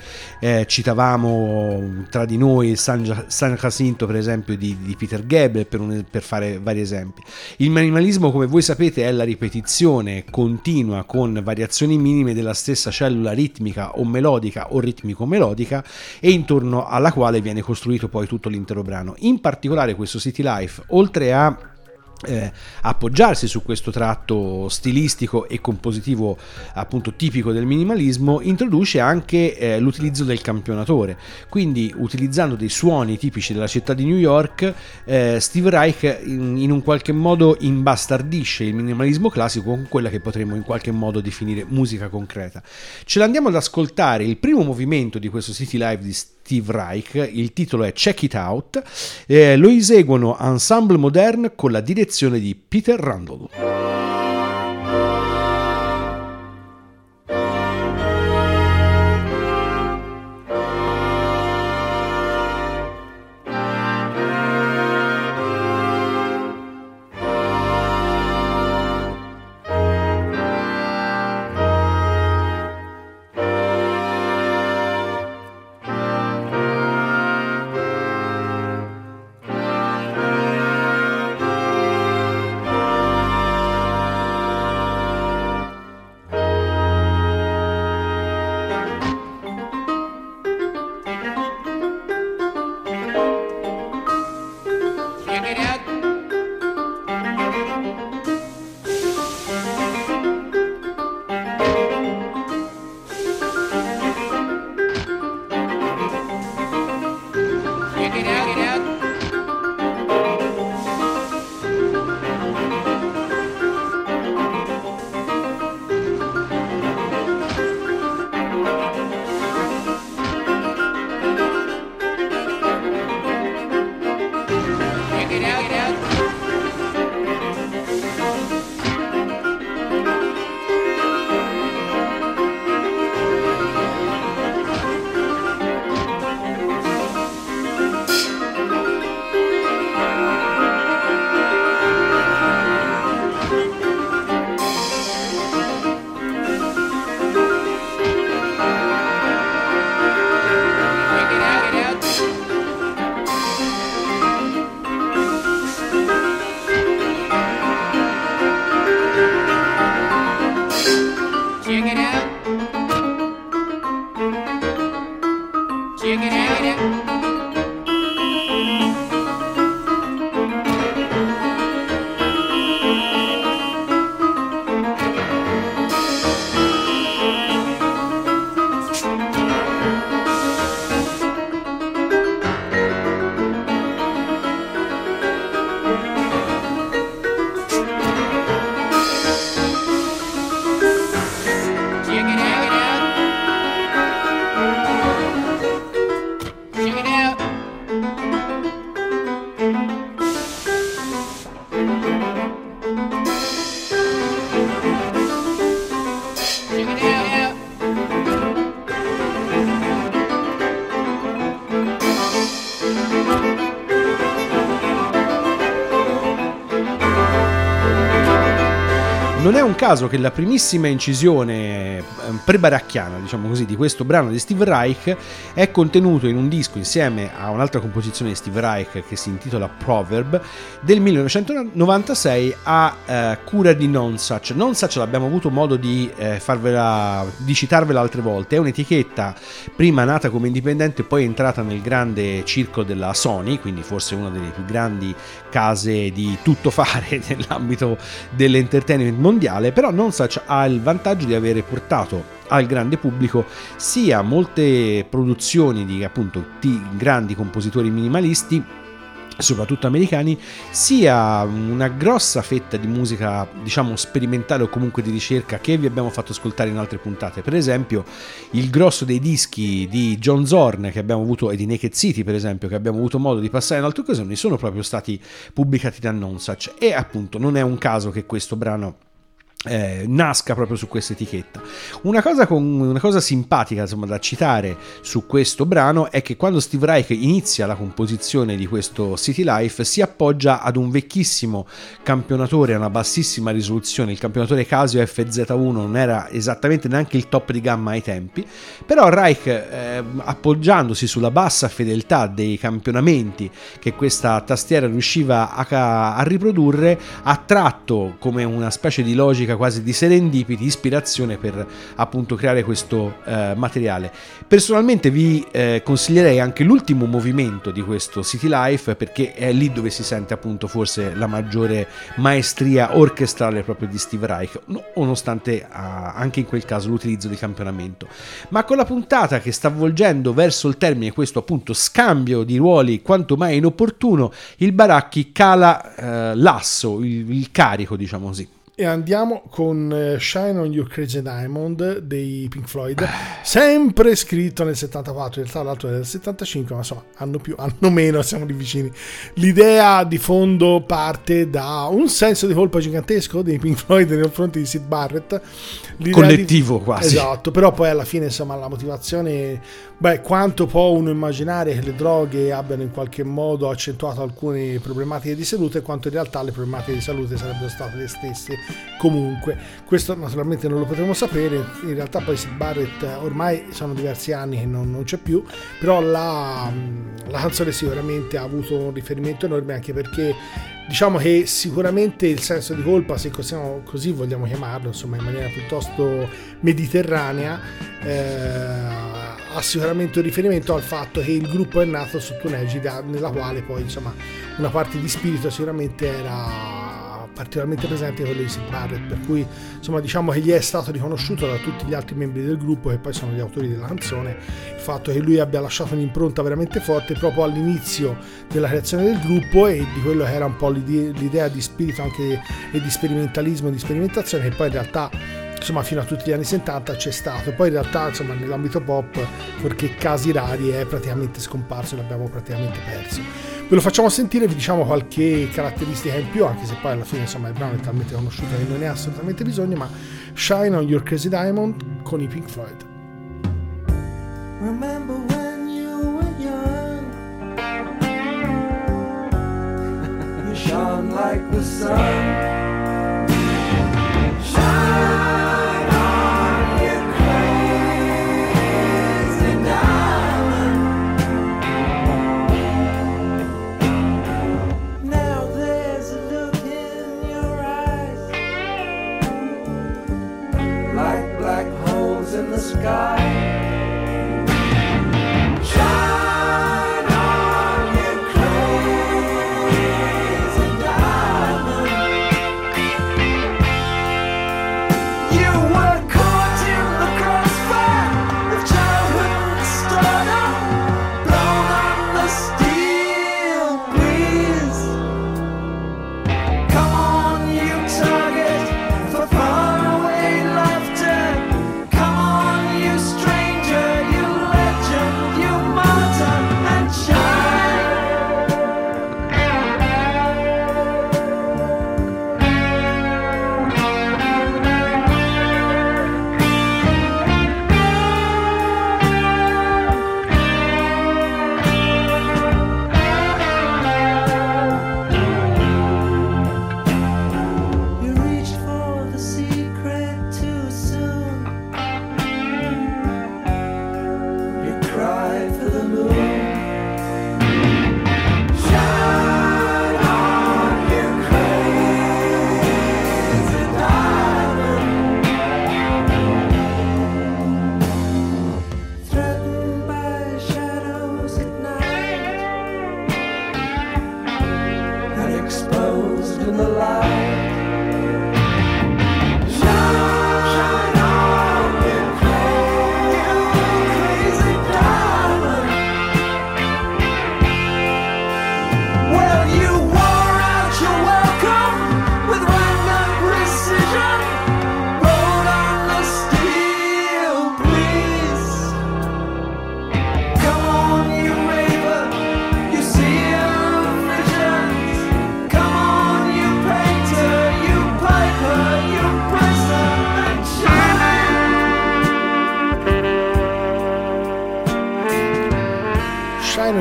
citavamo tra di noi San Jacinto per esempio di Peter Gabriel, per fare vari esempi. Il minimalismo, come voi sapete, è la ripetizione continua con variazioni minime della stessa cellula ritmica o melodica o ritmico-melodica, e intorno alla quale viene costruito poi tutto l'intero brano. In particolare questo City Life, oltre a appoggiarsi su questo tratto stilistico e compositivo appunto tipico del minimalismo, introduce anche l'utilizzo del campionatore, quindi utilizzando dei suoni tipici della città di New York. Steve Reich in un qualche modo imbastardisce il minimalismo classico con quella che potremmo in qualche modo definire musica concreta. Ce l'andiamo ad ascoltare il primo movimento di questo City Life di Steve Reich, il titolo è Check It Out, lo eseguono Ensemble Moderne con la direzione di Peter Randall. un caso che la primissima incisione pre-baracchiana, diciamo così, di questo brano di Steve Reich è contenuto in un disco insieme a un'altra composizione di Steve Reich che si intitola Proverb del 1996 a cura di Nonesuch. Nonesuch l'abbiamo avuto modo di citarvela altre volte, è un'etichetta prima nata come indipendente, poi entrata nel grande circo della Sony, quindi forse una delle più grandi case di tutto fare nell'ambito dell'entertainment mondiale. Però Nonesuch ha il vantaggio di avere portato al grande pubblico sia molte produzioni di appunto di grandi compositori minimalisti, soprattutto americani, sia una grossa fetta di musica, diciamo, sperimentale o comunque di ricerca che vi abbiamo fatto ascoltare in altre puntate. Per esempio il grosso dei dischi di John Zorn che abbiamo avuto, e di Naked City per esempio, che abbiamo avuto modo di passare in altre occasioni, sono proprio stati pubblicati da Nonesuch, e appunto non è un caso che questo brano nasca proprio su questa etichetta. Una cosa simpatica, insomma, da citare su questo brano è che quando Steve Reich inizia la composizione di questo City Life si appoggia ad un vecchissimo campionatore a una bassissima risoluzione. Il campionatore Casio FZ1 non era esattamente neanche il top di gamma ai tempi, però Reich, appoggiandosi sulla bassa fedeltà dei campionamenti che questa tastiera riusciva a riprodurre, ha tratto come una specie di logica quasi di serendipity, ispirazione per appunto creare questo materiale. Personalmente vi consiglierei anche l'ultimo movimento di questo City Life, perché è lì dove si sente appunto forse la maggiore maestria orchestrale proprio di Steve Reich, nonostante anche in quel caso l'utilizzo di campionamento. Ma con la puntata che sta volgendo verso il termine, questo appunto scambio di ruoli quanto mai inopportuno, il Baracchi cala l'asso, il carico, diciamo così. E andiamo con Shine on Your Crazy Diamond dei Pink Floyd, sempre scritto nel 74, in realtà l'altro è del 75, ma insomma hanno meno, siamo lì vicini. L'idea di fondo parte da un senso di colpa gigantesco dei Pink Floyd nei confronti di Syd Barrett, collettivo quasi. Esatto, però poi alla fine insomma la motivazione, quanto può uno immaginare che le droghe abbiano in qualche modo accentuato alcune problematiche di salute, quanto in realtà le problematiche di salute sarebbero state le stesse comunque. Questo naturalmente non lo potremo sapere. In realtà poi Syd Barrett ormai sono diversi anni che non c'è più, però la canzone sicuramente ha avuto un riferimento enorme, anche perché diciamo che sicuramente il senso di colpa, se così vogliamo chiamarlo, insomma in maniera piuttosto mediterranea, ha sicuramente un riferimento al fatto che il gruppo è nato sotto un'egida nella quale poi insomma una parte di spirito sicuramente era particolarmente presente, quello di Syd Barrett, per cui insomma diciamo che gli è stato riconosciuto da tutti gli altri membri del gruppo, che poi sono gli autori della canzone, il fatto che lui abbia lasciato un'impronta veramente forte proprio all'inizio della creazione del gruppo e di quello che era un po' l'idea di spirito anche e di sperimentalismo, di sperimentazione, che poi in realtà insomma fino a tutti gli anni 70 c'è stato. Poi in realtà insomma nell'ambito pop, perché casi rari, è praticamente scomparso e l'abbiamo praticamente perso. Ve lo facciamo sentire, vi diciamo qualche caratteristica in più, anche se poi alla fine insomma il brano è talmente conosciuto che non ne ha assolutamente bisogno. Ma Shine on Your Crazy Diamond con i Pink Floyd. Remember when you were young, you shone like the sun. Shine on your crazy diamond. Now there's a look in your eyes, like black holes in the sky. Shine on your crazy diamond. You were caught in the crossfire of childhood stardom, blown on the steel breeze. Come on, you target for faraway laughter. Come on, you stranger.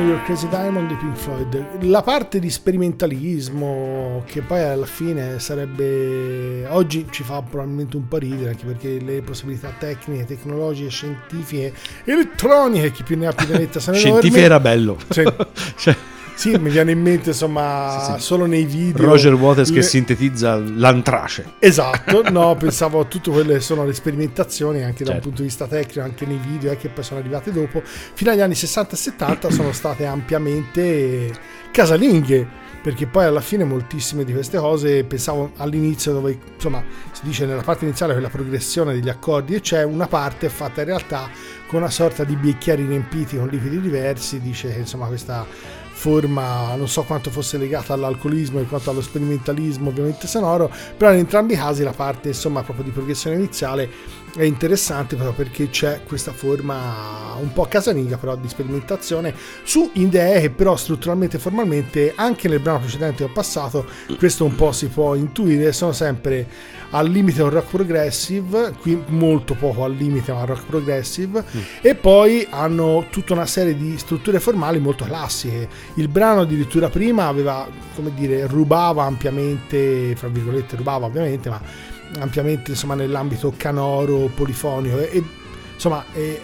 Your Crazy Diamond di Pink Floyd. La parte di sperimentalismo, che poi alla fine sarebbe, oggi ci fa probabilmente un po' ridere, anche perché le possibilità tecniche, tecnologiche, scientifiche, elettroniche, chi più ne ha più ne metta, Scientifico era bello. Cioè, sì, mi viene in mente insomma sì. solo nei video Roger Waters che sintetizza l'antrace. esatto, no, pensavo a tutte quelle che sono le sperimentazioni anche da un Certo. punto di vista tecnico, anche nei video che poi sono arrivate dopo, fino agli anni 60 e 70 sono state ampiamente casalinghe, perché poi alla fine moltissime di queste cose, pensavo all'inizio dove insomma si dice nella parte iniziale quella progressione degli accordi, e c'è una parte fatta in realtà con una sorta di bicchieri riempiti con liquidi diversi, dice che insomma questa forma non so quanto fosse legata all'alcolismo e quanto allo sperimentalismo ovviamente sonoro, però in entrambi i casi la parte insomma proprio di progressione iniziale è interessante proprio perché c'è questa forma un po' casalinga però di sperimentazione su idee che però strutturalmente e formalmente anche nel brano precedente che ho passato questo un po' si può intuire, sono sempre al limite un rock progressive, qui molto poco al limite ma rock progressive, e poi hanno tutta una serie di strutture formali molto classiche. Il brano addirittura prima aveva, come dire, rubava ampiamente, fra virgolette rubava ovviamente, ma ampiamente insomma nell'ambito canoro, polifonico e insomma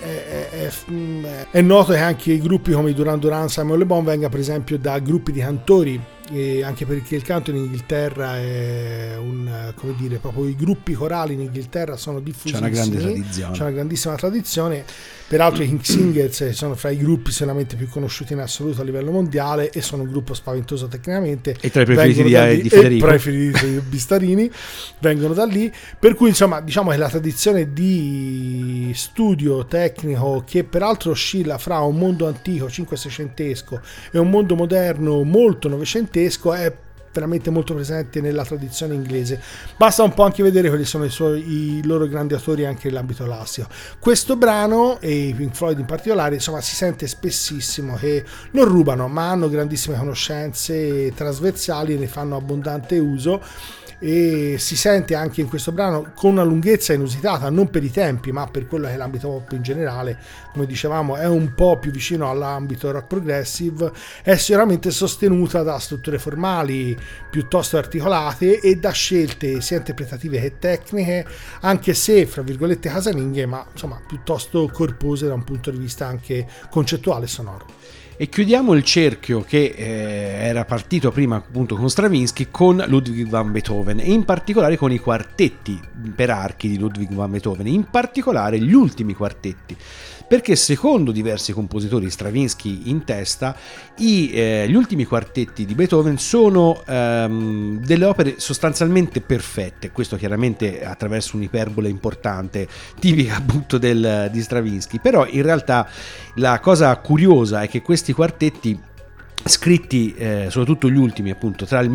è noto che anche i gruppi come i Duran Duran, Simon Le Bon venga per esempio da gruppi di cantori, e anche perché il canto in Inghilterra è come dire, proprio i gruppi corali in Inghilterra sono diffusissimi, C'è una grande tradizione. c'è una grandissima tradizione, peraltro i King Singers sono fra i gruppi sicuramente più conosciuti in assoluto a livello mondiale e sono un gruppo spaventoso tecnicamente E tra i preferiti vengono da lì, di Federico. e preferiti di Bistarini vengono da lì, per cui insomma diciamo che la tradizione di studio tecnico, che peraltro oscilla fra un mondo antico 5-600esco e un mondo moderno molto novecentesco, è veramente molto presente nella tradizione inglese. Basta un po' anche vedere quali sono i loro grandi autori anche nell'ambito classico. Questo brano, e i Pink Floyd in particolare, insomma si sente spessissimo che non rubano ma hanno grandissime conoscenze trasversali e ne fanno abbondante uso, e si sente anche in questo brano con una lunghezza inusitata, non per i tempi ma per quello che è l'ambito pop in generale, come dicevamo è un po' più vicino all'ambito rock progressive, è sicuramente sostenuta da strutture formali piuttosto articolate e da scelte sia interpretative che tecniche, anche se fra virgolette casalinghe, ma insomma piuttosto corpose da un punto di vista anche concettuale e sonoro. E chiudiamo il cerchio che era partito prima appunto con Stravinsky, con Ludwig van Beethoven, e in particolare con i quartetti per archi di Ludwig van Beethoven, in particolare gli ultimi quartetti, perché secondo diversi compositori, Stravinsky in testa, gli ultimi quartetti di Beethoven sono delle opere sostanzialmente perfette, questo chiaramente attraverso un'iperbole importante tipica appunto di Stravinsky, però in realtà la cosa curiosa è che questi quartetti scritti, soprattutto gli ultimi appunto tra il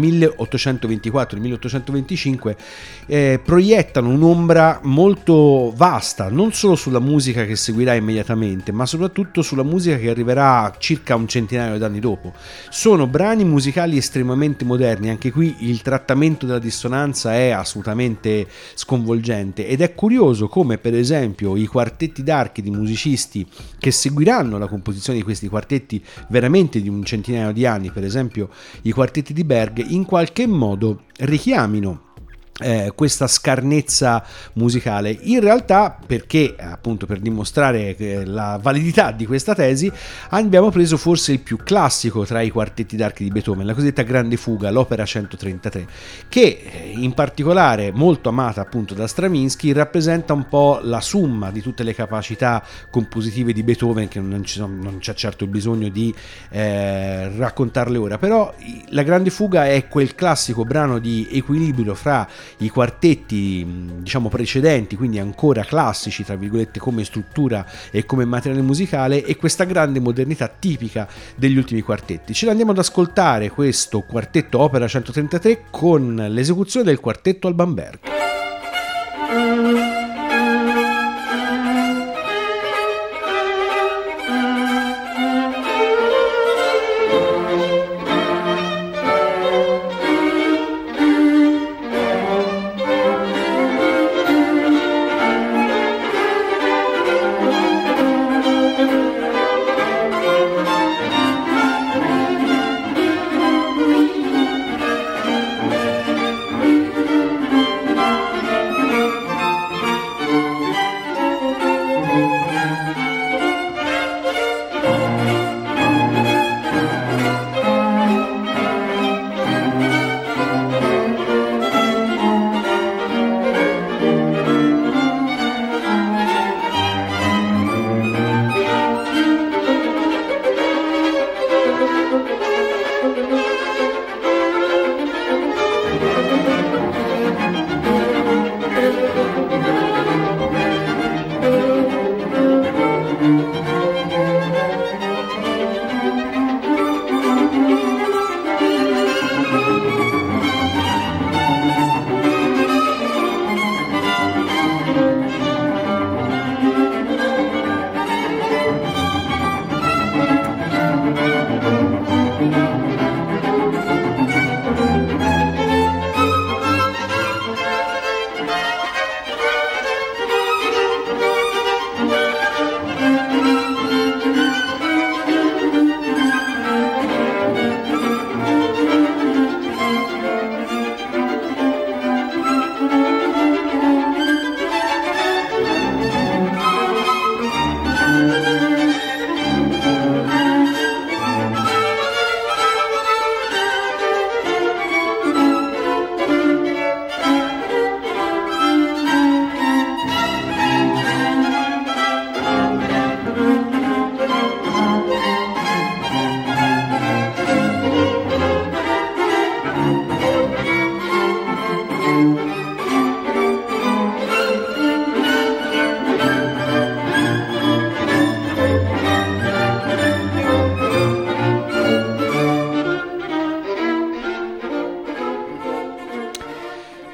1824 e il 1825, proiettano un'ombra molto vasta non solo sulla musica che seguirà immediatamente, ma soprattutto sulla musica che arriverà circa un centinaio d'anni dopo. Sono brani musicali estremamente moderni, anche qui il trattamento della dissonanza è assolutamente sconvolgente, ed è curioso come per esempio i quartetti d'archi di musicisti che seguiranno la composizione di questi quartetti veramente di un centinaio di anni, per esempio i quartetti di Berg, in qualche modo richiamino questa scarnezza musicale. In realtà, perché appunto per dimostrare la validità di questa tesi, abbiamo preso forse il più classico tra i quartetti d'archi di Beethoven, la cosiddetta Grande Fuga, l'opera 133, che in particolare molto amata appunto da Stravinsky, rappresenta un po' la summa di tutte le capacità compositive di Beethoven, che non c'è certo il bisogno di raccontarle ora, però la Grande Fuga è quel classico brano di equilibrio fra i quartetti diciamo precedenti, quindi ancora classici tra virgolette come struttura e come materiale musicale, e questa grande modernità tipica degli ultimi quartetti. Ce l'andiamo ad ascoltare questo quartetto opera 133 con l'esecuzione del quartetto Alban Berg.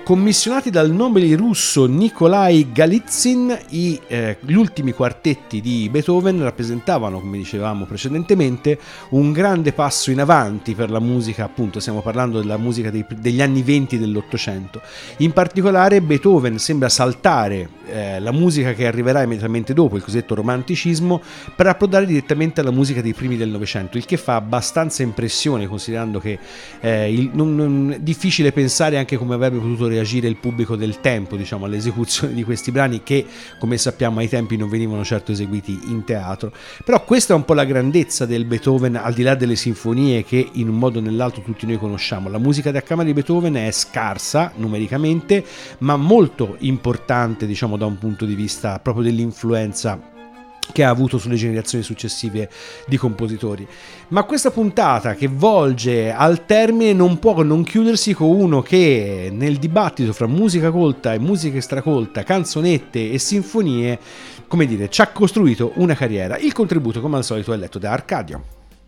Commissionati dal nobile russo Nikolai Golitsyn, gli ultimi quartetti di Beethoven rappresentavano, come dicevamo precedentemente, un grande passo in avanti per la musica, appunto stiamo parlando della musica degli anni 20 dell'Ottocento. In particolare Beethoven sembra saltare la musica che arriverà immediatamente dopo, il cosiddetto romanticismo, per approdare direttamente alla musica dei primi del Novecento, il che fa abbastanza impressione, considerando che è difficile pensare anche come avrebbe potuto reagire il pubblico del tempo, diciamo, all'esecuzione di questi brani che, come sappiamo, ai tempi non venivano certo eseguiti in teatro. Però questa è un po' la grandezza del Beethoven, al di là delle sinfonie che in un modo o nell'altro tutti noi conosciamo. La musica da camera di Beethoven è scarsa numericamente, ma molto importante, diciamo, da un punto di vista proprio dell'influenza che ha avuto sulle generazioni successive di compositori. Ma questa puntata, che volge al termine, non può non chiudersi con uno che nel dibattito fra musica colta e musica extracolta, canzonette e sinfonie, come dire, ci ha costruito una carriera. Il contributo, come al solito, è letto da Arcadio.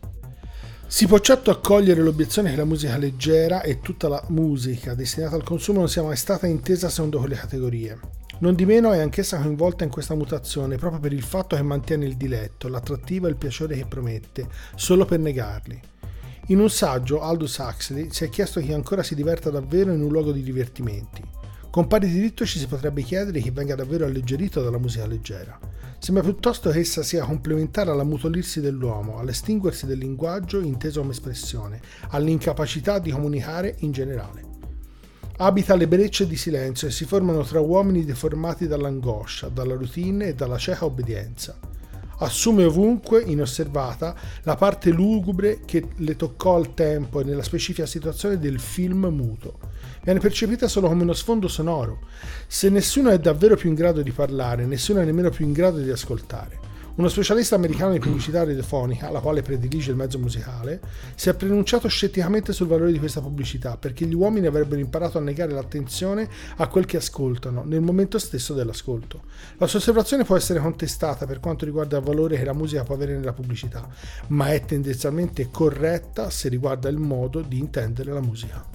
Si può certo accogliere l'obiezione che la musica leggera e tutta la musica destinata al consumo non sia mai stata intesa secondo quelle categorie. Non di meno è anch'essa coinvolta in questa mutazione proprio per il fatto che mantiene il diletto, l'attrattiva e il piacere che promette, solo per negarli. In un saggio, Aldous Huxley si è chiesto chi ancora si diverta davvero in un luogo di divertimenti. Con pari diritto ci si potrebbe chiedere chi venga davvero alleggerito dalla musica leggera. Sembra piuttosto che essa sia complementare all'ammutolirsi dell'uomo, all'estinguersi del linguaggio inteso come espressione, all'incapacità di comunicare in generale. Abita le brecce di silenzio e si formano tra uomini deformati dall'angoscia, dalla routine e dalla cieca obbedienza. Assume ovunque, inosservata, la parte lugubre che le toccò al tempo e nella specifica situazione del film muto. Viene percepita solo come uno sfondo sonoro. Se nessuno è davvero più in grado di parlare, nessuno è nemmeno più in grado di ascoltare. Uno specialista americano di pubblicità radiofonica, la quale predilige il mezzo musicale, si è pronunciato scetticamente sul valore di questa pubblicità, perché gli uomini avrebbero imparato a negare l'attenzione a quel che ascoltano nel momento stesso dell'ascolto. La sua osservazione può essere contestata per quanto riguarda il valore che la musica può avere nella pubblicità, ma è tendenzialmente corretta se riguarda il modo di intendere la musica.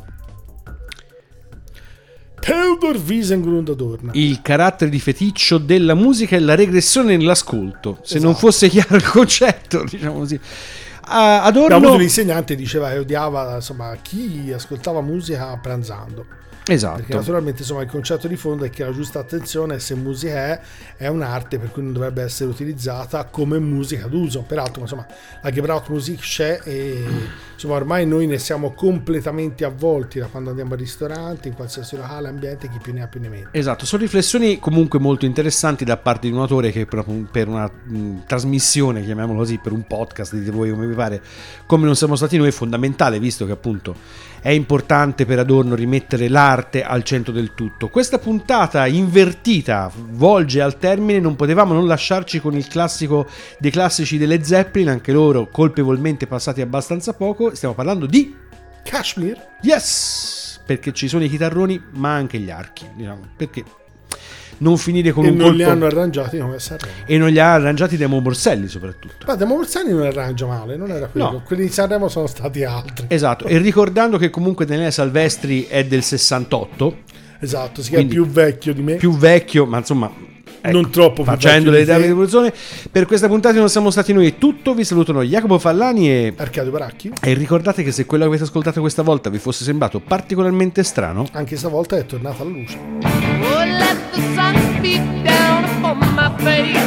Theodor Wiesengrund Adorno. Il carattere di feticcio della musica è la regressione nell'ascolto. Se Esatto. non fosse chiaro il concetto, diciamo così. Adorno... Abbiamo avuto un insegnante che diceva che odiava, insomma, chi ascoltava musica pranzando. Esatto. Perché naturalmente, insomma, il concetto di fondo è che la giusta attenzione, se musica è un'arte, per cui non dovrebbe essere utilizzata come musica d'uso. Peraltro, insomma, la Gebrauchmusik c'è e insomma ormai noi ne siamo completamente avvolti da quando andiamo al ristorante, in qualsiasi locale, ambiente, chi più ne ha più ne mette. Esatto, sono riflessioni comunque molto interessanti da parte di un autore che per una trasmissione, chiamiamolo così, per un podcast, dite voi come vi pare, come non siamo stati noi, è fondamentale, visto che appunto è importante per Adorno rimettere l'arte al centro del tutto. Questa puntata invertita volge al termine, non potevamo non lasciarci con il classico dei classici delle Zeppelin, anche loro colpevolmente passati abbastanza poco. Stiamo parlando di Kashmir? Yes! Perché ci sono i chitarroni ma anche gli archi, diciamo, perché non finire con E un non colpo... li hanno arrangiati come Sanremo. E non li ha arrangiati Demo Borselli soprattutto. Ma Demo Borselli non arrangia male, non era quello. No. Quelli di Sanremo sono stati altri. Esatto, e ricordando che comunque Daniele Salvestri è del 68, Esatto, si chiama Quindi- più vecchio di me. più vecchio, ma insomma... ecco, Non troppo più facendo vecchio le di idee te. di rivoluzione. Per questa puntata non siamo stati noi, è tutto. Vi salutano Jacopo Fallani Arcadio Baracchi. e ricordate che se quello che avete ascoltato questa volta vi fosse sembrato particolarmente strano, Anche stavolta è tornata alla luce. Oh, let the sun beat down upon my face.